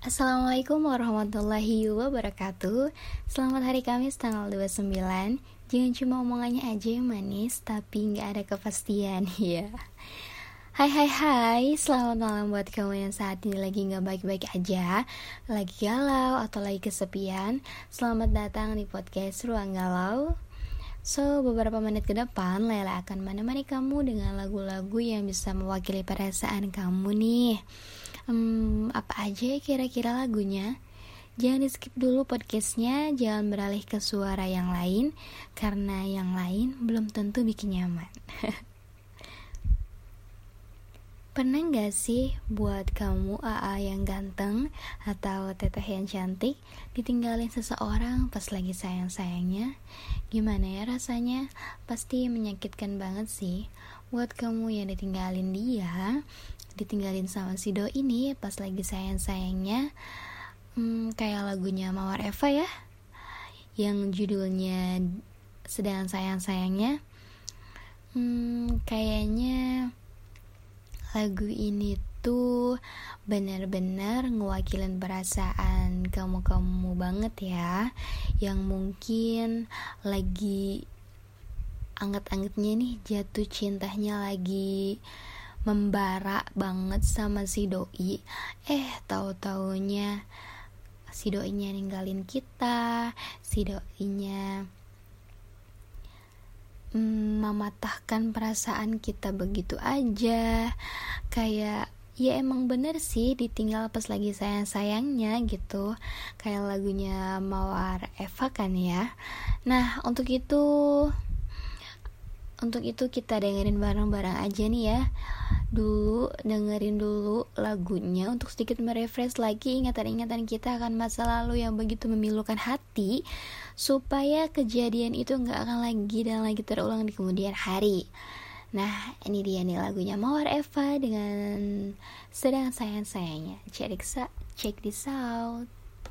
Assalamualaikum warahmatullahi wabarakatuh. Selamat hari Kamis tanggal 29. Jangan cuma omongannya aja yang manis, tapi gak ada kepastian ya. Hai, selamat malam buat kamu yang saat ini lagi gak baik-baik aja, lagi galau atau lagi kesepian. Selamat datang di podcast Ruang Galau. So, beberapa menit ke depan Lela akan menemani kamu dengan lagu-lagu yang bisa mewakili perasaan kamu nih. Apa aja kira-kira lagunya? Jangan di skip dulu podcastnya, jangan beralih ke suara yang lain, karena yang lain belum tentu bikin nyaman. Pernah gak sih buat kamu AA yang ganteng atau teteh yang cantik ditinggalin seseorang pas lagi sayang-sayangnya? Gimana ya rasanya? Pasti menyakitkan banget sih. Buat kamu yang ditinggalin dia, ditinggalin sama si doi ini pas lagi sayang-sayangnya, kayak lagunya Mawar Eva ya, yang judulnya Sedang Sayang-Sayangnya. Kayaknya lagu ini tuh benar-benar ngewakilin perasaan kamu banget ya, yang mungkin lagi anget-angetnya nih, jatuh cintanya lagi membara banget sama si doi. Tahu-taunya si doinya ninggalin kita, si doinya mematahkan perasaan kita begitu aja. Kayak ya emang bener sih ditinggal pas lagi sayang-sayangnya gitu, kayak lagunya Mawar Eva kan ya. Nah untuk itu kita dengerin bareng-bareng aja nih ya. Dengerin dulu lagunya untuk sedikit merefresh lagi ingatan-ingatan kita akan masa lalu yang begitu memilukan hati, supaya kejadian itu gak akan lagi dan lagi terulang di kemudian hari. Nah ini dia nih lagunya Mawar Eva dengan Sedang Sayang-Sayangnya. Check this out.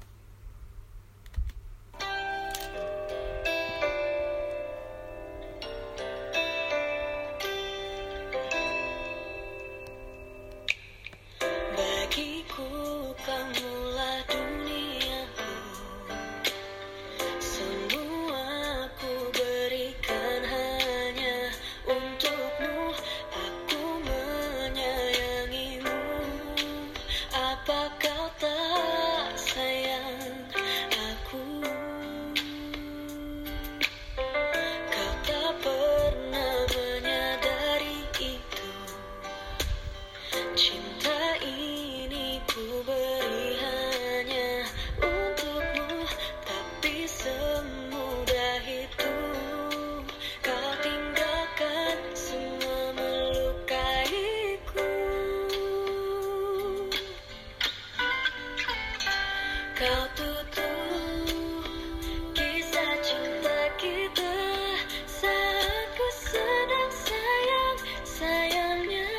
Kau tutup kisah cinta kita saat ku sedang sayang-sayangnya.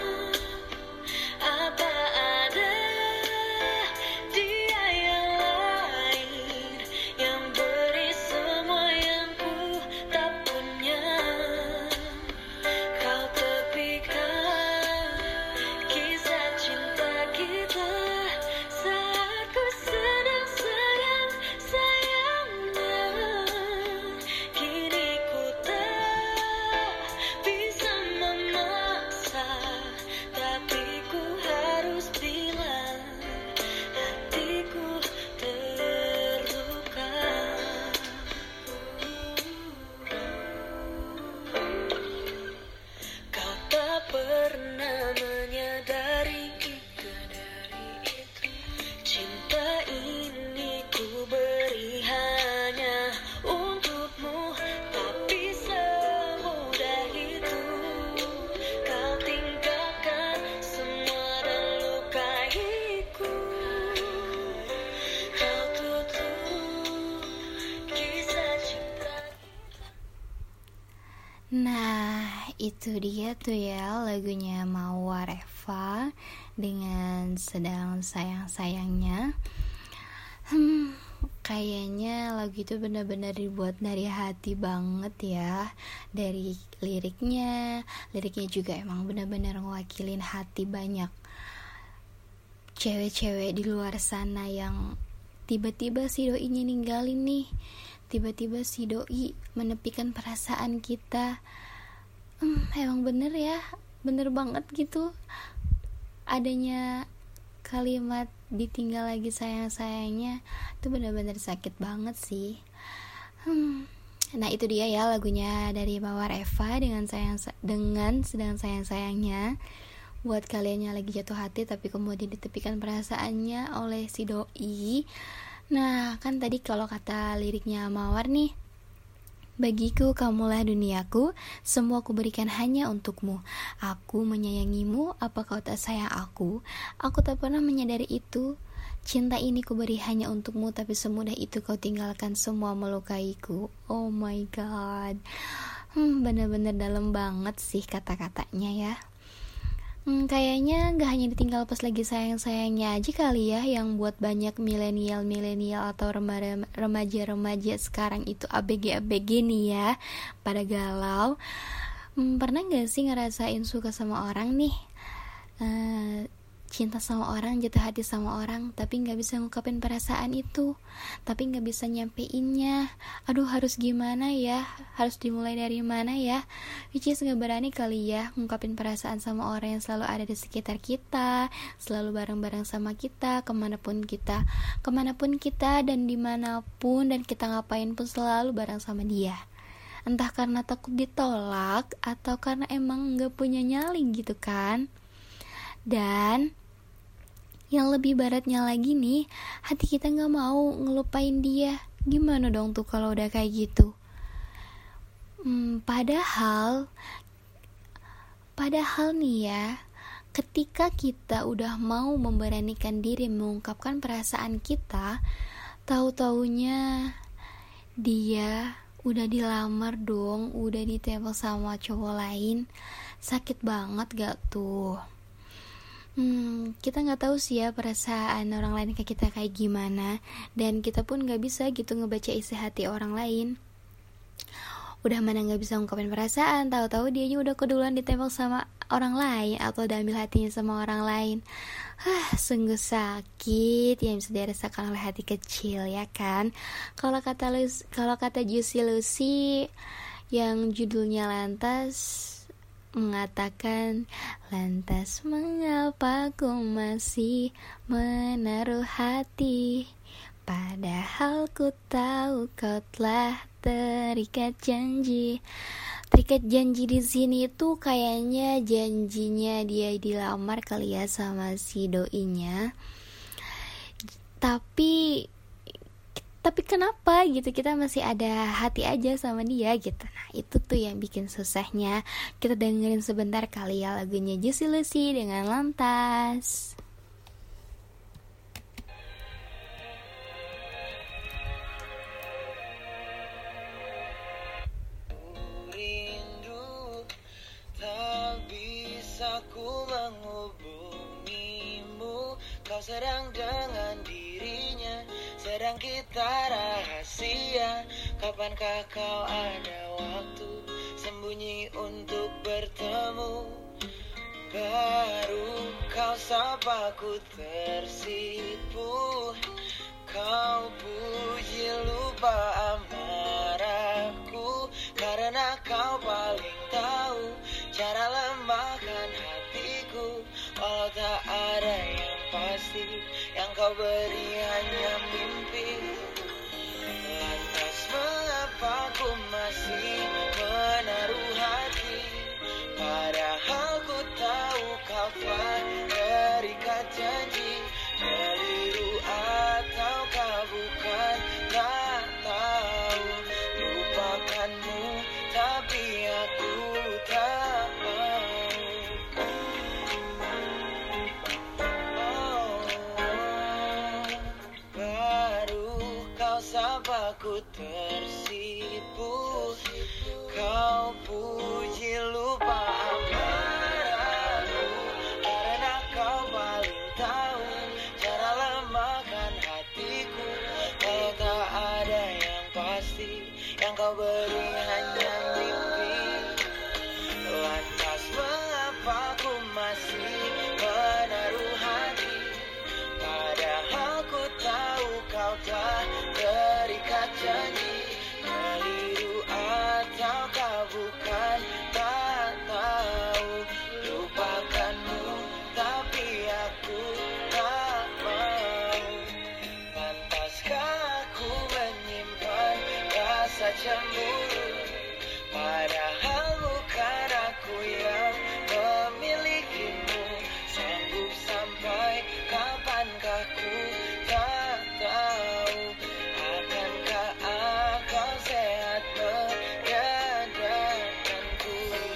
Apa ada dia yang lain yang beri semua yang ku tak punya? Kau tepikan kisah cinta kita saat ku sedang sayang-sayangnya. Kini ku tak bisa memaksa, tapi ku harus bilang hatiku terluka. Kau tak pernah menyadari itu. Cinta ini ku beri hanya untukmu, tapi semudah itu kau tinggalkan semua dan lukaiku. Kau tutup kisah cinta. Nah itu dia tuh ya lagunya Mawar Eva dengan Sedang Sayang-Sayangnya. Kayaknya lagu itu benar-benar dibuat dari hati banget ya. Dari liriknya juga emang benar-benar ngewakilin hati banyak. cewek-cewek di luar sana yang tiba-tiba si doinya ninggalin nih, tiba-tiba si doi menepikan perasaan kita. Emang bener ya, bener banget gitu adanya kalimat ditinggal lagi sayang-sayangnya. Itu bener-bener sakit banget sih. Nah itu dia ya lagunya dari Mawar Eva dengan sedang sayang-sayangnya. Buat kalian yang lagi jatuh hati tapi kemudian ditepikan perasaannya oleh si doi. Nah kan tadi kalau kata liriknya Mawar nih, bagiku kamulah duniaku, semua ku berikan hanya untukmu. Aku menyayangimu, apa kau tak sayang aku? Aku tak pernah menyadari itu. Cinta ini ku beri hanya untukmu, tapi semudah itu kau tinggalkan semua melukaiku. Oh my god, bener-bener dalam banget sih kata-katanya ya. Kayaknya gak hanya ditinggal pas lagi sayang-sayangnya aja kali ya yang buat banyak milenial atau remaja sekarang itu ABG nih ya, pada galau. Pernah gak sih ngerasain suka sama orang nih, cinta sama orang, jatuh hati sama orang, tapi gak bisa ngungkapin perasaan itu, tapi gak bisa nyampeinnya. Aduh harus gimana ya, harus dimulai dari mana ya, which is gak berani kali ya ngungkapin perasaan sama orang yang selalu ada di sekitar kita, selalu bareng-bareng sama kita, kemanapun kita dan dimanapun, dan kita ngapain pun selalu bareng sama dia. Entah karena takut ditolak atau karena emang gak punya nyali gitu kan. Dan yang lebih beratnya lagi nih, hati kita gak mau ngelupain dia. Gimana dong tuh kalau udah kayak gitu? Padahal nih ya, ketika kita udah mau memberanikan diri mengungkapkan perasaan kita, tahu-taunya dia udah dilamar dong, udah ditembak sama cowok lain. Sakit banget gak tuh? Kita nggak tahu sih ya perasaan orang lain ke kita kayak gimana, dan kita pun nggak bisa gitu ngebaca isi hati orang lain. Udah mana nggak bisa ngungkapin perasaan, tahu-tahu dianya udah keduluan ditembak sama orang lain atau udah ambil hatinya sama orang lain. Sungguh sakit yang bisa dirasakan oleh hati kecil ya kan. Kalau kata Juicy Lucy yang judulnya Lantas mengatakan, lantas mengapa ku masih menaruh hati, padahal ku tahu kau telah terikat janji. Terikat janji di sini tuh kayaknya janjinya dia dilamar kali ya sama si doinya. Tapi kenapa gitu kita masih ada hati aja sama dia gitu. Nah itu tuh yang bikin susahnya. Kita dengerin sebentar kali ya lagunya Juicy Lucy dengan Lantas. Rindu tak bisa ku menghubungimu, kau sedang dengan dirinya, sedang kita rahasia. Kapankah kau ada waktu sembunyi untuk bertemu? Baru kau sapa ku tersipu, kau puji lupa amarahku, karena kau paling tahu cara lemahkan hatiku. Walau tak ada yang pasti, yang kau beri hanya mimpi. Lantas mengapa ku masih menaruh hati, padahal ku tahu kau telah terikat janji. Keliru ataukah bukan, tak tahu. Lupakanmu tapi aku tak mau. Baru kau sapa ku tersipu, kau puji lupa amarahku, karena kau paling tahu cara lemahkan hatiku. Kalau tak ada yang pasti, yang kau beri hanya mimpi. Lantas mengapa ku masih menaruh hati, cemburu, padahal bukan aku yang memilikimu. Sanggup sampai kapankah ku tak tahu, akankah akal sehat menyadarkanku.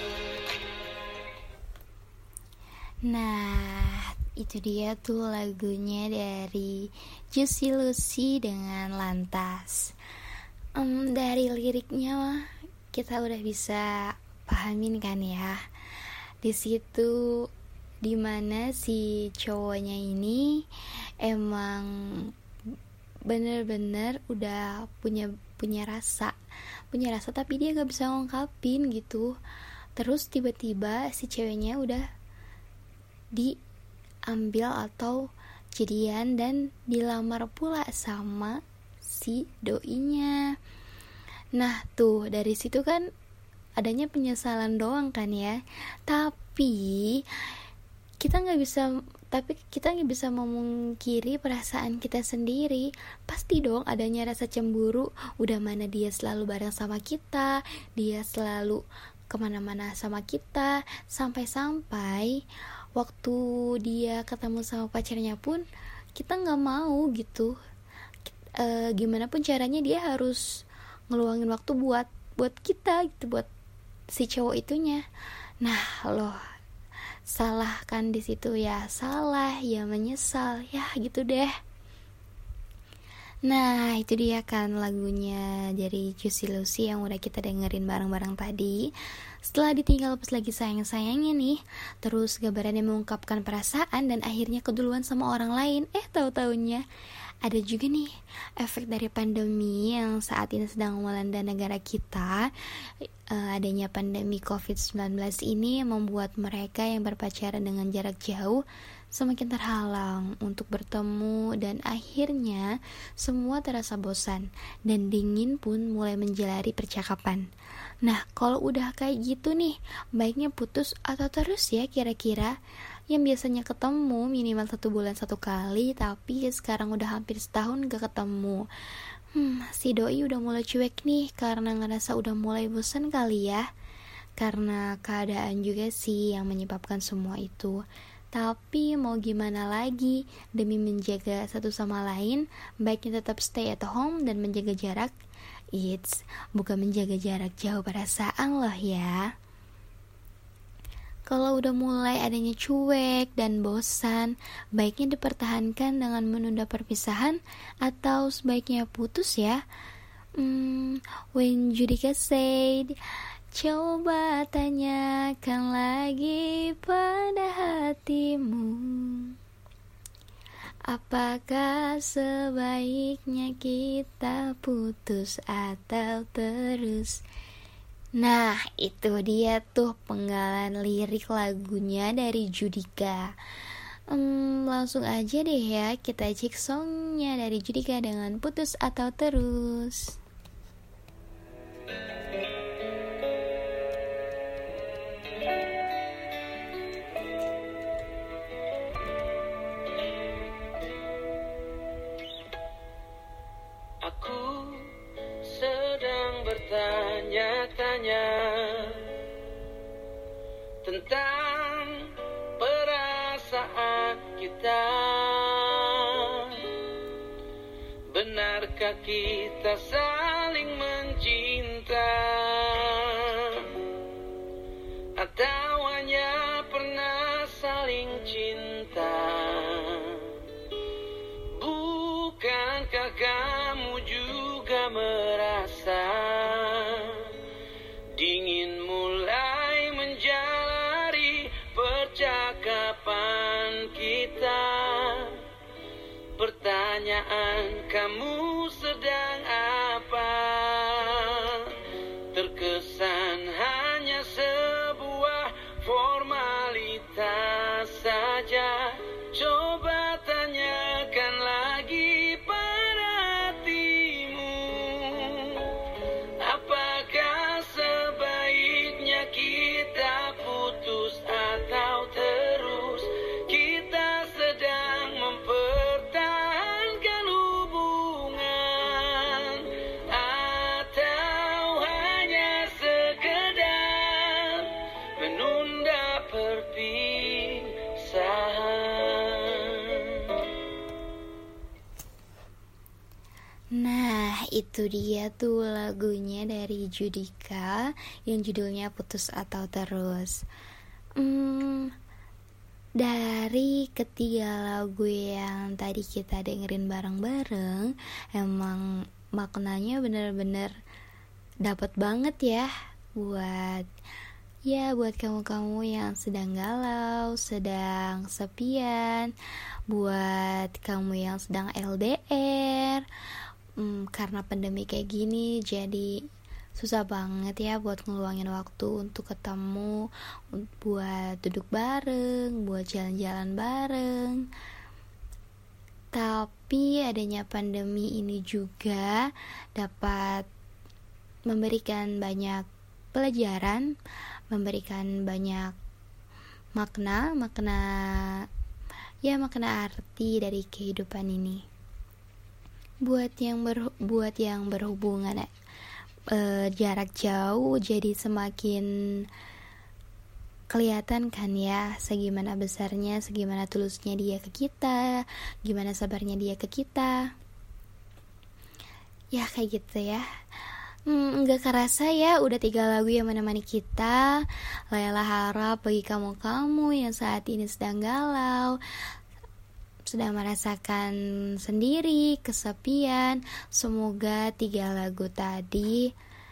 Nah, itu dia tuh lagunya dari Juicy Lucy dengan Lantas. Dari liriknya kita udah bisa pahamin kan ya. Di situ dimana si cowoknya ini emang bener-bener udah punya rasa tapi dia gak bisa ngungkapin gitu. Terus tiba-tiba si ceweknya udah diambil atau jadian dan dilamar pula sama si doinya. Nah tuh dari situ kan adanya penyesalan doang kan ya, tapi kita nggak bisa memungkiri perasaan kita sendiri. Pasti dong adanya rasa cemburu. Udah mana dia selalu bareng sama kita, dia selalu kemana-mana sama kita, sampai waktu dia ketemu sama pacarnya pun kita nggak mau gitu. Gimana pun caranya dia harus ngeluangin waktu buat kita gitu, buat si cowok itunya. Nah loh, salah kan di situ ya, salah ya, menyesal ya gitu deh. Nah itu dia kan lagunya dari Juicy Lucy yang udah kita dengerin bareng-bareng tadi. Setelah ditinggal pas lagi sayang-sayangnya nih, terus gak berani mengungkapkan perasaan dan akhirnya keduluan sama orang lain. Tahu-taunya ada juga nih efek dari pandemi yang saat ini sedang melanda negara kita. Adanya pandemi COVID-19 ini membuat mereka yang berpacaran dengan jarak jauh semakin terhalang untuk bertemu, dan akhirnya semua terasa bosan dan dingin pun mulai menjalari percakapan. Nah kalau udah kayak gitu nih, baiknya putus atau terus ya kira-kira? Yang biasanya ketemu minimal 1 bulan 1 kali, tapi sekarang udah hampir setahun gak ketemu. Si doi udah mulai cuek nih karena ngerasa udah mulai bosan kali ya. Karena keadaan juga sih yang menyebabkan semua itu. Tapi mau gimana lagi, demi menjaga satu sama lain, baiknya tetap stay at home dan menjaga jarak. Bukan menjaga jarak jauh perasaan loh ya. Kalau udah mulai adanya cuek dan bosan, baiknya dipertahankan dengan menunda perpisahan atau sebaiknya putus ya. When Judika said, coba tanyakan lagi pada hatimu, apakah sebaiknya kita putus atau terus. Nah itu dia tuh penggalan lirik lagunya dari Judika. Langsung aja deh ya kita cek songnya dari Judika dengan putus atau terus. Aku sedang bertanya-tanya tentang perasaan kita. Benarkah kita saling mencinta, atau hanya pernah saling cinta? Bukankah kamu juga merasa dingin mulai menjalari percakapan kita? Pertanyaan, kamu sedang apa? Terkesan hanya sebuah formalitas saja. Coba tanyakan lagi pada hatimu, apakah sebaiknya kita putus atau terus? Kita sedang mempertahankan hubungan itu dia tuh lagunya dari Judika yang judulnya Putus Atau Terus. Dari ketiga lagu yang tadi kita dengerin bareng-bareng, emang maknanya bener-bener dapat banget ya buat kamu-kamu yang sedang galau, sedang sepian, buat kamu yang sedang LDR. Karena pandemi kayak gini, jadi susah banget ya buat ngeluangin waktu untuk ketemu, buat duduk bareng, buat jalan-jalan bareng. Tapi adanya pandemi ini juga dapat memberikan banyak pelajaran, memberikan banyak makna arti dari kehidupan ini. Buat yang berhubungan jarak jauh, jadi semakin kelihatan kan ya segimana besarnya, segimana tulusnya dia ke kita, gimana sabarnya dia ke kita. Ya kayak gitu ya. Nggak kerasa ya udah 3 lagu yang menemani kita. Layla harap bagi kamu-kamu yang saat ini sedang galau, sedang merasakan sendiri, kesepian, semoga 3 lagu tadi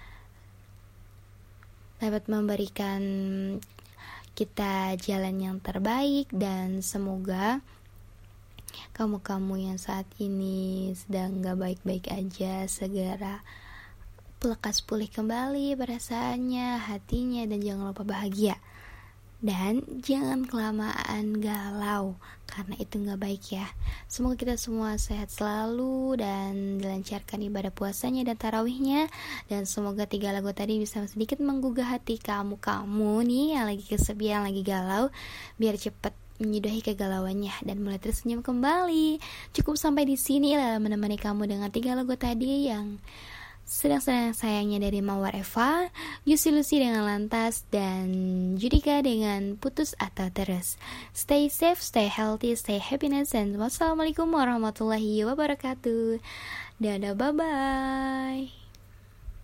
dapat memberikan kita jalan yang terbaik, dan semoga kamu-kamu yang saat ini sedang gak baik-baik aja segera lekas pulih kembali perasaannya, hatinya, dan jangan lupa bahagia. Dan jangan kelamaan galau, karena itu gak baik ya. Semoga kita semua sehat selalu dan dilancarkan ibadah puasanya dan tarawihnya. Dan semoga 3 lagu tadi bisa sedikit menggugah hati kamu nih yang lagi kesepian, lagi galau, biar cepet menyudahi kegalauannya dan mulai tersenyum kembali. Cukup sampai di sini lah menemani kamu dengan 3 lagu tadi yang sedang sayangnya dari Mawar Eva, Juicy Lucy dengan Lantas, dan Judika dengan Putus Atau Terus. Stay safe, stay healthy, stay happiness, and wassalamualaikum warahmatullahi wabarakatuh. Dadah, bye-bye.